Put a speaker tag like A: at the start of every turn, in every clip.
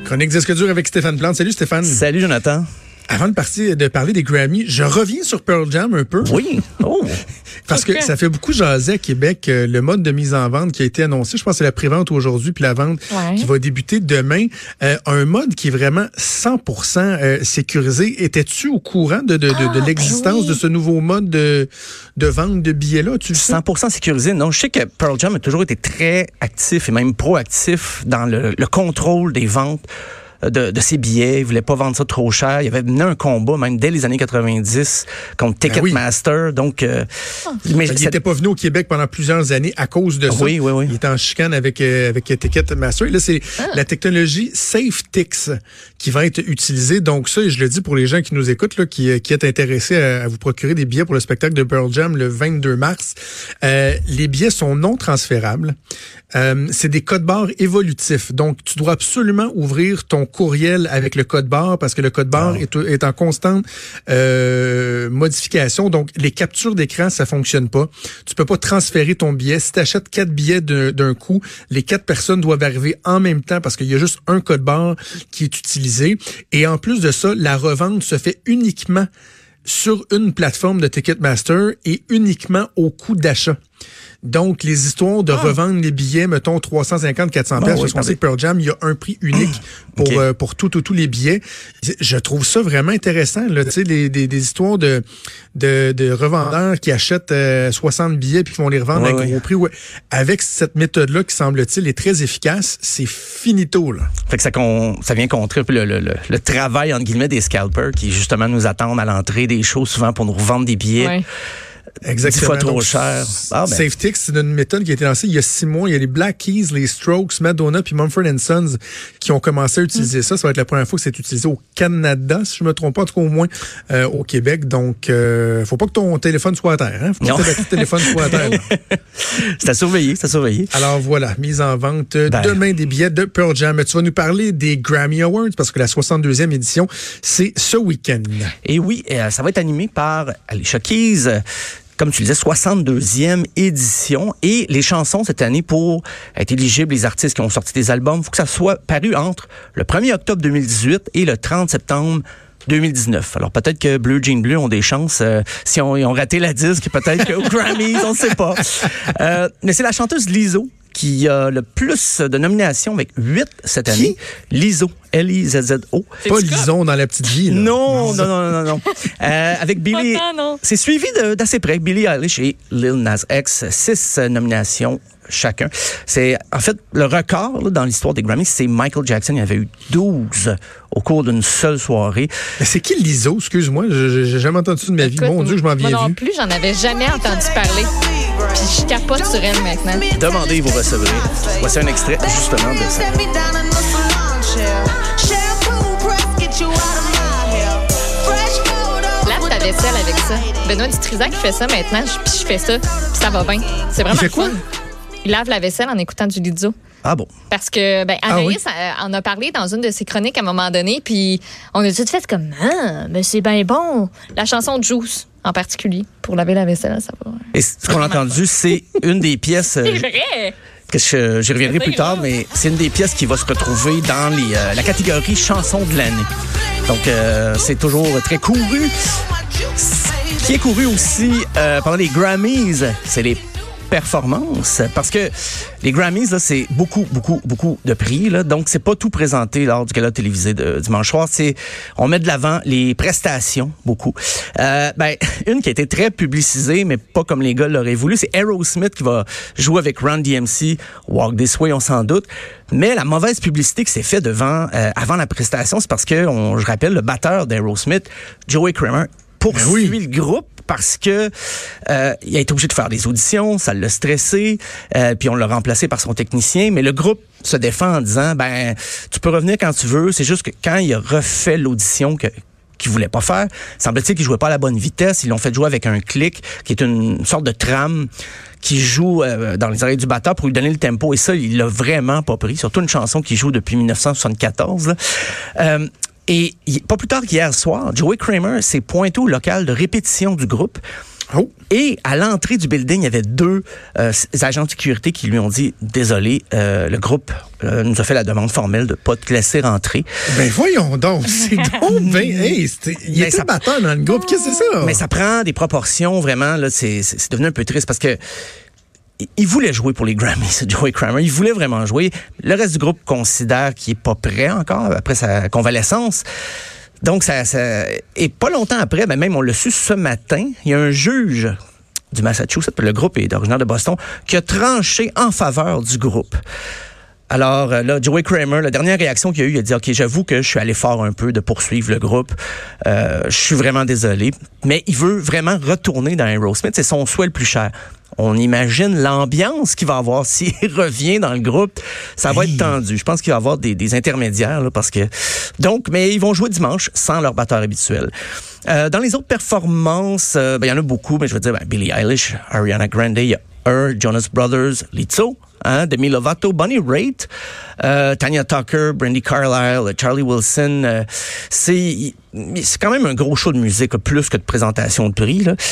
A: Chronique Disque dur avec Stéphane Plante. Salut Stéphane.
B: Salut Jonathan.
A: Avant de parler des Grammy, je reviens sur Pearl Jam un peu.
B: Oui. Oh.
A: Parce que ça fait beaucoup jaser à Québec le mode de mise en vente qui a été annoncé. Je pense que c'est la prévente aujourd'hui puis la vente qui va débuter demain. Un mode qui est vraiment 100% sécurisé. Étais-tu au courant de l'existence de ce nouveau mode de vente de billets-là? Tu le sais?
B: 100% sécurisé. Non, je sais que Pearl Jam a toujours été très actif et même proactif dans le contrôle des ventes de ses billets. Ils voulaient pas vendre ça trop cher. Il y avait mené un combat, même dès les années 90, contre Ticketmaster. Oui. Donc,
A: mais il n'était pas venu au Québec pendant plusieurs années à cause de ça.
B: Oui.
A: Il était en chicane avec Ticketmaster. Et là, c'est la technologie SafeTix qui va être utilisée. Donc ça, et je le dis pour les gens qui nous écoutent, là, qui est intéressés à vous procurer des billets pour le spectacle de Pearl Jam le 22 mars. Les billets sont non transférables. C'est des codes barres évolutifs. Donc, tu dois absolument ouvrir ton courriel avec le code barre parce que le code barre est en constante modification. Donc, les captures d'écran, ça fonctionne pas. Tu peux pas transférer ton billet. Si tu achètes 4 billets d'un coup, les 4 personnes doivent arriver en même temps parce qu'il y a juste un code barre qui est utilisé. Et en plus de ça, la revente se fait uniquement sur une plateforme de Ticketmaster et uniquement au coût d'achat. Donc, les histoires de revendre les billets, mettons 350-400 pièces, parce qu'on sait que Pearl Jam, il y a un prix unique pour tous les billets. Je trouve ça vraiment intéressant, là, tu sais, des histoires de revendeurs qui achètent 60 billets puis qui vont les revendre à gros prix. Ouais. Avec cette méthode-là qui semble-t-il est très efficace, c'est finito, là.
B: Fait que ça vient contrer le travail, entre guillemets, des scalpers qui, justement, nous attendent à l'entrée des shows souvent pour nous revendre des billets.
C: Ouais.
A: Exactement.
B: 10 fois trop cher.
A: SafeTix, c'est une méthode qui a été lancée il y a 6 mois. Il y a les Black Keys, les Strokes, Madonna puis Mumford & Sons qui ont commencé à utiliser ça. Ça va être la première fois que c'est utilisé au Canada, si je me trompe pas, en tout cas au moins au Québec. Donc, faut pas que ton téléphone soit à terre. Hein? Faut pas que ton téléphone soit à terre.
B: C'est à surveiller.
A: Alors voilà, mise en vente demain des billets de Pearl Jam. Tu vas nous parler des Grammy Awards parce que la 62e édition, c'est ce week-end.
B: Et oui, ça va être animé par Alicia Keys. Comme tu le disais, 62e édition. Et les chansons cette année, pour être éligibles, les artistes qui ont sorti des albums, il faut que ça soit paru entre le 1er octobre 2018 et le 30 septembre 2019. Alors peut-être que Bleu Jean Bleu ont des chances si ils ont raté la disque, peut-être qu'aux Grammys, on ne sait pas. Mais c'est la chanteuse Lizzo qui a le plus de nominations avec 8 cette année. Lizzo. L-I-Z-Z-O.
A: Pas Lison dans La Petite Vie. Là.
B: Non. Avec Billie... C'est suivi d'assez près. Billie Eilish et Lil Nas X. 6 nominations chacun. C'est en fait le record là, dans l'histoire des Grammys, c'est Michael Jackson. Il y avait eu 12 au cours d'une seule soirée.
A: Mais c'est qui Lizzo? Excuse-moi, j'ai jamais entendu ça de ma vie. Mon Dieu, je m'en viens vu.
C: Moi non plus, j'en avais jamais entendu parler. Puis je capote sur elle maintenant.
B: Demandez, vous recevrez. Voici un extrait justement de ça.
C: Lave ta vaisselle avec ça. Benoît Dutrisac fait ça maintenant, puis je fais ça, puis ça va bien. C'est vraiment fun. Il lave la vaisselle en écoutant du Lizzo.
B: Ah bon?
C: Parce que, Anaïs en a parlé dans une de ses chroniques à un moment donné, puis on a tout fait comme, mais c'est bien bon. La chanson Juice, en particulier, pour laver la vaisselle, ça va.
B: Et ce qu'on a entendu, c'est une des pièces...
C: C'est vrai!
B: J'y reviendrai plus tard, mais c'est une des pièces qui va se retrouver dans la catégorie chanson de l'année. Donc, c'est toujours très couru. Ce qui est couru aussi pendant les Grammys, c'est les performances, parce que les Grammys, là, c'est beaucoup de prix, là, donc c'est pas tout présenté lors du gala télévisé de dimanche soir, on met de l'avant les prestations, beaucoup. Une qui a été très publicisée, mais pas comme les gars l'auraient voulu, c'est Aerosmith qui va jouer avec Run DMC, Walk This Way, on s'en doute, mais la mauvaise publicité qui s'est faite avant la prestation, c'est parce que, je rappelle, le batteur d'Aerosmith, Joey Kramer, poursuit le groupe parce que il a été obligé de faire des auditions, ça l'a stressé, puis on l'a remplacé par son technicien, mais le groupe se défend en disant tu peux revenir quand tu veux, c'est juste que quand il a refait l'audition qu'il voulait pas faire, semble-t-il qu'il jouait pas à la bonne vitesse, ils l'ont fait jouer avec un clic qui est une sorte de trame qui joue dans les oreilles du batteur pour lui donner le tempo, et ça il l'a vraiment pas pris, surtout une chanson qu'il joue depuis 1974 là. Et pas plus tard qu'hier soir, Joey Kramer s'est pointé au local de répétition du groupe
A: Oh.
B: Et à l'entrée du building, il y avait 2 agents de sécurité qui lui ont dit « Désolé, le groupe nous a fait la demande formelle de ne pas te laisser rentrer. »
A: Ben voyons donc, c'est donc ben, hey, il était batteur dans le groupe, qu'est-ce que c'est ça?
B: Mais ça prend des proportions, vraiment, là, c'est devenu un peu triste parce que il voulait jouer pour les Grammys, Joey Kramer. Il voulait vraiment jouer. Le reste du groupe considère qu'il est pas prêt encore après sa convalescence. Donc, et pas longtemps après, ben même on l'a su ce matin, il y a un juge du Massachusetts, le groupe est originaire de Boston, qui a tranché en faveur du groupe. Alors là, Joey Kramer, la dernière réaction qu'il a eue, il a dit « OK, j'avoue que je suis allé fort un peu de poursuivre le groupe. Je suis vraiment désolé. » Mais il veut vraiment retourner dans Aerosmith. C'est son souhait le plus cher. On imagine l'ambiance qu'il va avoir s'il revient dans le groupe. Ça va être tendu. Je pense qu'il va y avoir des intermédiaires, là, parce que... Donc, mais ils vont jouer dimanche sans leur batteur habituel. Dans les autres performances, il y en a beaucoup, mais je veux dire, Billie Eilish, Ariana Grande, il y a Jonas Brothers, Lizzo, Demi Lovato, Bonnie Raitt, Tanya Tucker, Brandy Carlisle, Charlie Wilson. C'est quand même un gros show de musique, plus que de présentation de prix. Là.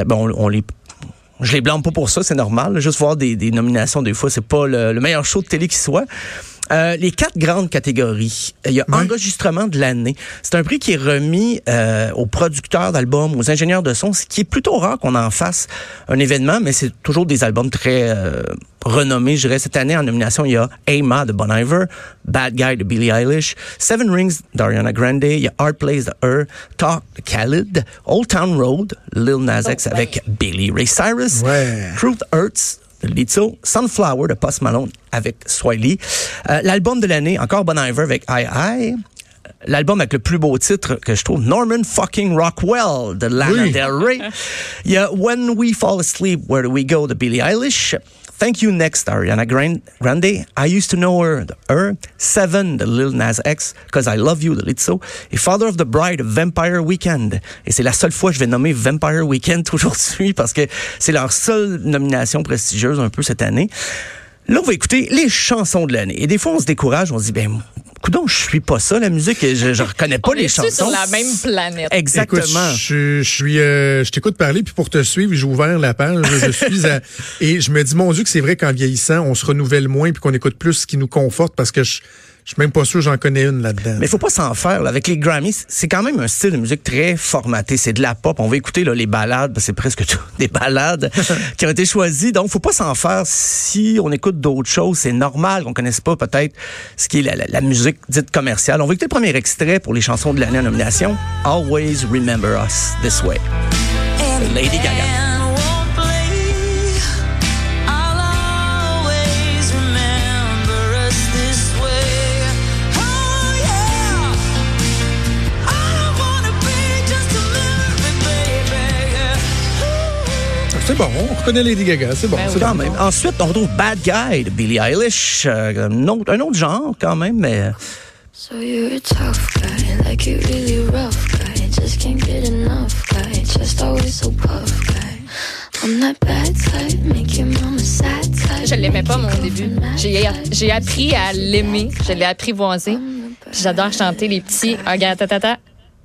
B: Je les blâme pas pour ça, c'est normal. Là. Juste voir des nominations, des fois, c'est pas le meilleur show de télé qui soit. Les 4 grandes catégories. Il y a enregistrement de l'année. C'est un prix qui est remis aux producteurs d'albums, aux ingénieurs de son, ce qui est plutôt rare qu'on en fasse un événement, mais c'est toujours des albums très renommés. Je dirais, cette année, en nomination, il y a Aima de Bon Iver, Bad Guy de Billie Eilish, Seven Rings d'Ariana Grande, il y a Hard Place de Her, Talk de Khalid, Old Town Road, Lil Nas X avec Billy Ray Cyrus, Truth Hurts de Lizzo, Sunflower de Post Malone avec Swiley. L'album de l'année, encore Bon Iver avec I. L'album avec le plus beau titre que je trouve, Norman fucking Rockwell de Lana Del Rey. Il y a When We Fall Asleep, Where Do We Go de Billie Eilish. Thank You Next, Ariana Grande. I Used to Know Her. Seven de Lil Nas X, Cause I Love You de Lizzo. Et Father of the Bride, Vampire Weekend. Et c'est la seule fois que je vais nommer Vampire Weekend aujourd'hui parce que c'est leur seule nomination prestigieuse un peu cette année. Là, on va écouter les chansons de l'année. Et des fois, on se décourage, on se dit, coudonc, je suis pas ça, la musique, je reconnais pas les chansons.
C: On est sur la même planète.
B: Exactement.
A: Écoute, je t'écoute parler, puis pour te suivre, j'ai ouvert la page, et je me dis, mon Dieu, que c'est vrai qu'en vieillissant, on se renouvelle moins, puis qu'on écoute plus ce qui nous conforte, parce que je suis même pas sûr que j'en connais une là-dedans.
B: Mais il faut pas s'en faire. Là. Avec les Grammys, c'est quand même un style de musique très formaté. C'est de la pop. On va écouter là, les ballades. C'est presque tout des ballades qui ont été choisies. Donc, faut pas s'en faire. Si on écoute d'autres choses, c'est normal qu'on connaisse pas peut-être ce qui est la musique dite commerciale. On va écouter le premier extrait pour les chansons de l'année en nomination. Always Remember Us This Way. Lady Gaga.
A: C'est bon, on reconnaît Lady Gaga, c'est bon.
B: C'est quand même. Ensuite, on retrouve Bad Guy de Billie Eilish, un autre genre quand même, mais...
D: So you're a tough guy, like you really rough guy, just can't get enough guy, just always so puff guy. I'm that bad type, make your mama sad type.
C: Je l'aimais pas, mon début. J'ai appris à l'aimer, je l'ai apprivoisé. J'adore chanter les petits « Regarde, ta. »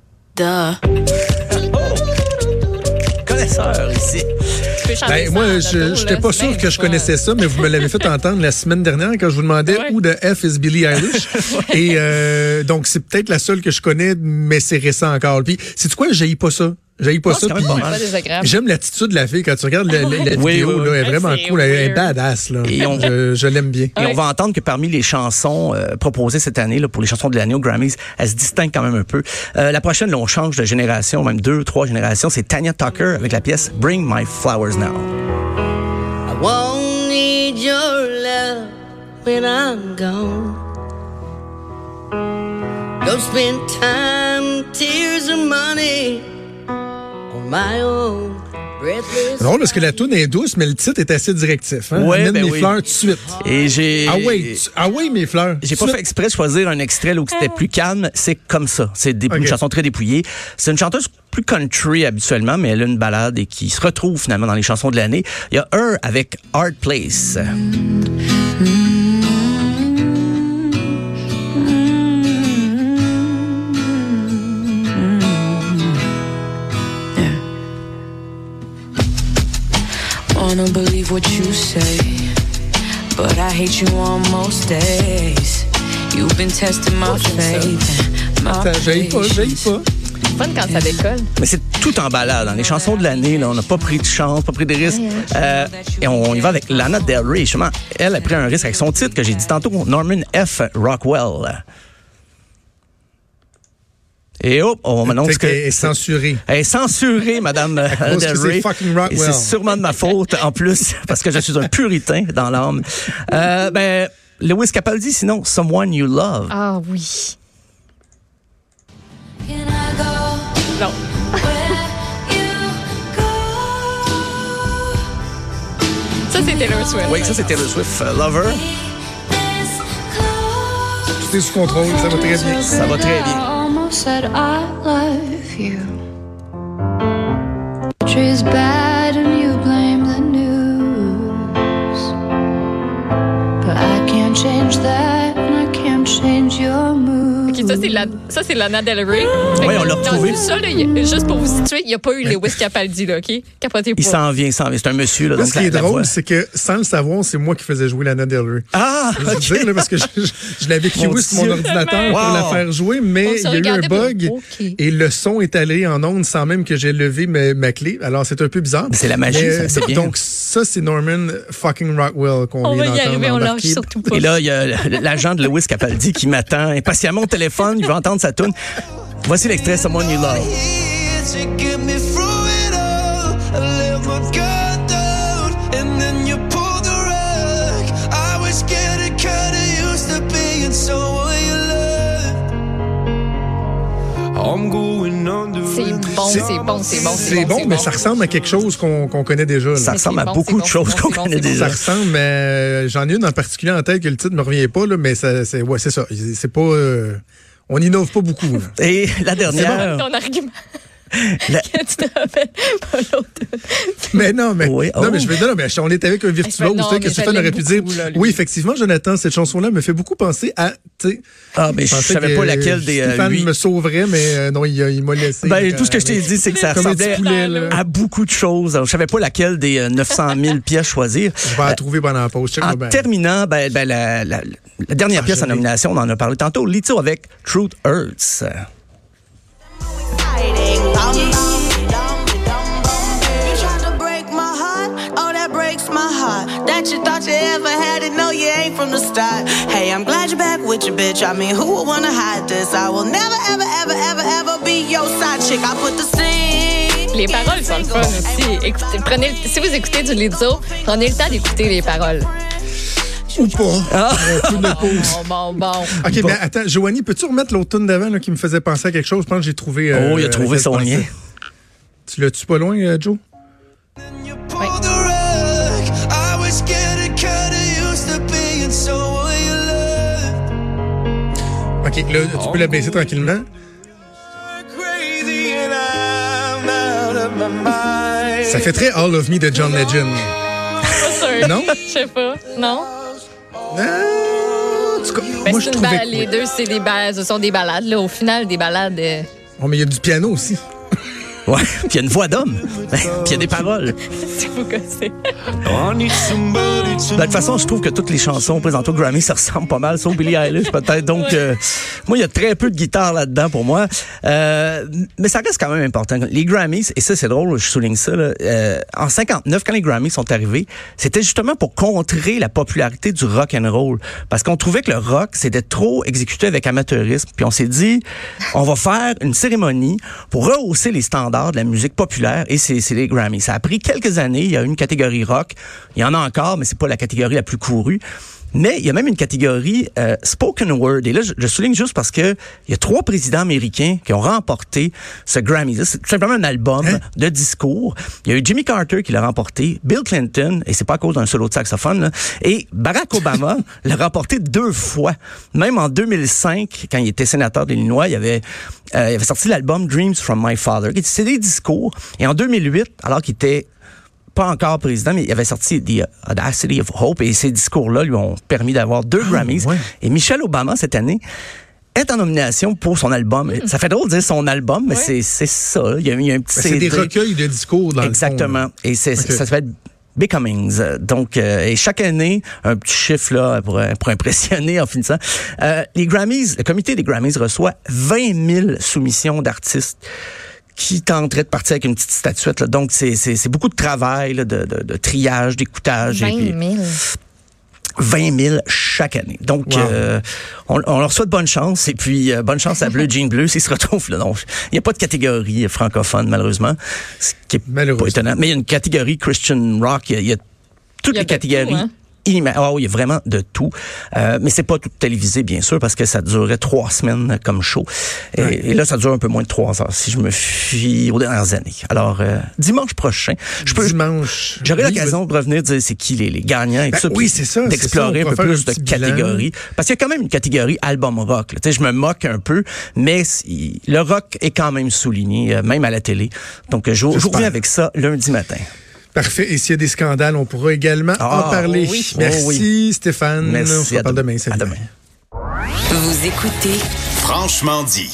B: Connaisseur ici.
A: Moi, je n'étais pas sûr que je connaissais ça, mais vous me l'avez fait entendre la semaine dernière quand je vous demandais où de F is Billie Eilish. Et donc, c'est peut-être la seule que je connais, mais c'est récent encore. Puis, sais-tu quoi? J'haïs pas ça. J'aille pas ça. Puis j'aime l'attitude de la fille quand tu regardes la vidéo. Là, elle est vraiment cool. Elle est badass. Là. Et je l'aime bien.
B: Et on va entendre que parmi les chansons proposées cette année, là, pour les chansons de l'année aux Grammys, elle se distingue quand même un peu. La prochaine, là, on change de génération, même 2, 3 générations. C'est Tanya Tucker avec la pièce Bring My Flowers Now.
E: I won't need your love when I'm gone. Don't spend time, tears or money.
A: C'est drôle parce que la toune est douce, mais le titre est assez directif. Hein?
B: Ouais,
A: Amène mes fleurs tout de suite.
B: Et
A: Ah oui, mes fleurs.
B: J'ai pas fait exprès de choisir un extrait là, où c'était plus calme. C'est comme ça. C'est une chanson très dépouillée. C'est une chanteuse plus country habituellement, mais elle a une ballade et qui se retrouve finalement dans les chansons de l'année. Il y a Her avec Hard Place.
D: wanna believe what you say, but I hate you on most days. You've been testing my faith.
A: J'aille pas.
C: Fun quand ça décolle.
B: Mais c'est tout en balade. Dans les chansons de l'année, là, on n'a pas pris de chance, pas pris de risques. Et on y va avec Lana Del Rey. Justement, elle a pris un risque avec son titre que j'ai dit tantôt, Norman F. Rockwell. Et hop, on m'annonce
A: qu'elle est censurée.
B: Elle est censurée, Madame Del Rey. Et c'est sûrement de ma faute, en plus, parce que je suis un puritain dans l'âme. Lewis Capaldi, sinon, Someone You Love.
C: Ah oui. Non. Ça, c'est Taylor Swift.
B: Oui, ça, c'est Taylor Swift, Lover.
A: Tout est sous contrôle, ça va très bien.
B: Ça va très bien.
D: Said I love you. Tree's bad and you blame the news, but I can't change that and I can't change your mood.
C: Okay, ça, c'est Lana Del Rey.
B: Oui, on l'a retrouvé.
C: Dans ça, là, juste pour vous situer, il n'y a pas eu Lewis Capaldi, là, OK? Capotez pas.
B: Il s'en vient. C'est un monsieur, là.
A: Là,
B: Donc
A: ce qui est drôle, c'est que, sans le savoir, c'est moi qui faisais jouer Lana Del Rey.
B: Ah!
A: Je veux dire, là, parce que je l'avais queué sur mon ordinateur pour la faire jouer, mais il y a eu un bug et le son est allé en ondes sans même que j'ai levé ma clé. Alors, c'est un peu bizarre.
B: C'est la magie, ça, c'est bien.
A: Donc, ça, c'est Norman fucking Rockwell qu'on vient d'entendre.
C: On va y arriver, on lâche surtout pas.
B: Et là, il y a l'agent de Lewis Capaldi qui m'attend impatiemment au téléphone. Il veut entendre sa toune. Voici l'extrait Someone You Love.
C: C'est bon,
A: mais ça ressemble à quelque chose qu'on connaît déjà. Là.
B: Ça ressemble à beaucoup de choses qu'on connaît déjà.
A: Ça ressemble, mais j'en ai une en particulier en tête que le titre ne me revient pas, là, mais c'est ça. C'est pas... on n'innove pas beaucoup. Là.
B: Et la dernière...
C: Ton argument. Que tu te rappelles pas l'autre.
A: Mais non, mais
B: oui,
A: non, mais on est avec un virtuose, que Stéphane aurait pu dire.
C: Là,
A: oui, effectivement, Jonathan, cette chanson-là me fait beaucoup penser à, tu sais.
B: Ah, mais je savais pas laquelle des
A: Stéphane me sauverait, mais non, il m'a laissé.
B: Tout ce que je t'ai dit, c'est que ça ressemblait à beaucoup de choses. Je savais pas laquelle des 900 000 pièces choisir.
A: Je vais la trouver pendant la pause.
B: En terminant, la dernière pièce en nomination, on en a parlé tantôt, Lizzo avec Truth Hurts.
E: That you thought you ever had it, no, you ain't from the start. Hey, I'm glad you're back with your bitch. I mean, who would wanna hide this? I will never, ever, ever, ever, ever be your side chick. I put the scene.
C: Les paroles sont le fun aussi. Écoutez, si vous écoutez du Lizzo, prenez le temps d'écouter les paroles.
A: Ou pas.
C: Bon.
A: OK, mais attends, Joanie, peux-tu remettre l'autre tune d'avant là, qui me faisait penser à quelque chose? Je pense que j'ai trouvé...
B: il a trouvé son lien.
A: Tu l'as-tu pas loin, Joe?
C: Oui.
A: OK, là, tu peux la baisser tranquillement. Ça fait très All of Me de John Legend.
C: Pas sûr.
A: Non?
C: Je sais pas. Non?
A: Moi, je trouvais
C: les deux, c'est ce sont des ballades. Là, au final, des ballades...
A: Oh, mais il y a du piano aussi.
B: Ouais, puis il y a une voix d'homme. Puis il y a des paroles.
C: C'est fou que c'est.
B: De toute façon, je trouve que toutes les chansons présentées au Grammy, ça ressemble pas mal, sauf Billie Eilish peut-être. Donc, moi, il y a très peu de guitare là-dedans pour moi. Mais ça reste quand même important. Les Grammys, et ça, c'est drôle, je souligne ça, là, en 59, quand les Grammys sont arrivés, c'était justement pour contrer la popularité du rock and roll. Parce qu'on trouvait que le rock, c'était trop exécuté avec amateurisme. Puis on s'est dit, on va faire une cérémonie pour rehausser les standards de la musique populaire, et c'est les Grammys. Ça a pris quelques années. Il y a une catégorie rock. Il y en a encore, mais c'est pas la catégorie la plus courue. Mais il y a même une catégorie spoken word. Et là, je souligne juste parce que il y a 3 présidents américains qui ont remporté ce Grammy. C'est tout simplement un album de discours. Il y a eu Jimmy Carter qui l'a remporté, Bill Clinton, et c'est pas à cause d'un solo de saxophone, là, et Barack Obama l'a remporté 2 fois. Même en 2005, quand il était sénateur de l'Illinois, il avait sorti l'album Dreams from My Father. C'est des discours. Et en 2008, alors qu'il était pas encore président, mais il avait sorti The Audacity of Hope, et ces discours-là lui ont permis d'avoir 2 Grammys. Ouais. Et Michelle Obama, cette année, est en nomination pour son album. Ça fait drôle de dire son album, mais c'est ça. Il y a un petit CD.
A: C'est des recueils de discours dans
B: Exactement.
A: le fond.
B: Et ça s'appelle Becomings. Donc, et chaque année, un petit chiffre là pour impressionner en finissant. Les Grammys, le comité des Grammys reçoit 20 000 soumissions d'artistes qui tenteraient de partir avec une petite statuette. Là. Donc, c'est beaucoup de travail, là, de triage, d'écoutage.
C: 20 000.
B: 20 000 chaque année. Donc, on leur souhaite bonne chance. Et puis, bonne chance à Bleu Jean Bleu s'ils se retrouvent là. Donc, il n'y a pas de catégorie francophone, malheureusement. Ce qui est pas étonnant. Mais il y a une catégorie Christian Rock. Il y a toutes les catégories.
C: Tout, hein?
B: Oui, il y a vraiment de tout. Mais c'est pas tout télévisé, bien sûr, parce que ça durait 3 semaines comme show. Et là, ça dure un peu moins de 3 heures, si je me fie aux dernières années. Alors, dimanche prochain, j'aurai l'occasion de revenir dire c'est qui les gagnants et tout ça.
A: Oui, c'est ça.
B: D'explorer un peu plus de catégories. Parce qu'il y a quand même une catégorie album rock. Tu sais, je me moque un peu, mais le rock est quand même souligné, même à la télé. Donc, je reviens avec ça lundi matin.
A: Parfait. Et s'il y a des scandales, on pourra également en parler.
C: Oui.
A: Merci, Stéphane.
B: Merci.
A: On se reparle demain.
B: À demain.
F: Vous écoutez
G: Franchement dit.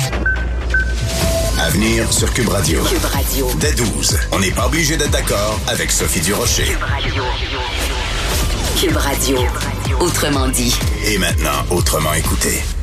G: À venir sur Cube Radio.
F: Cube Radio.
G: Dès 12. On n'est pas obligé d'être d'accord avec Sophie Durocher.
F: Cube Radio. Autrement dit.
G: Et maintenant, autrement écouté.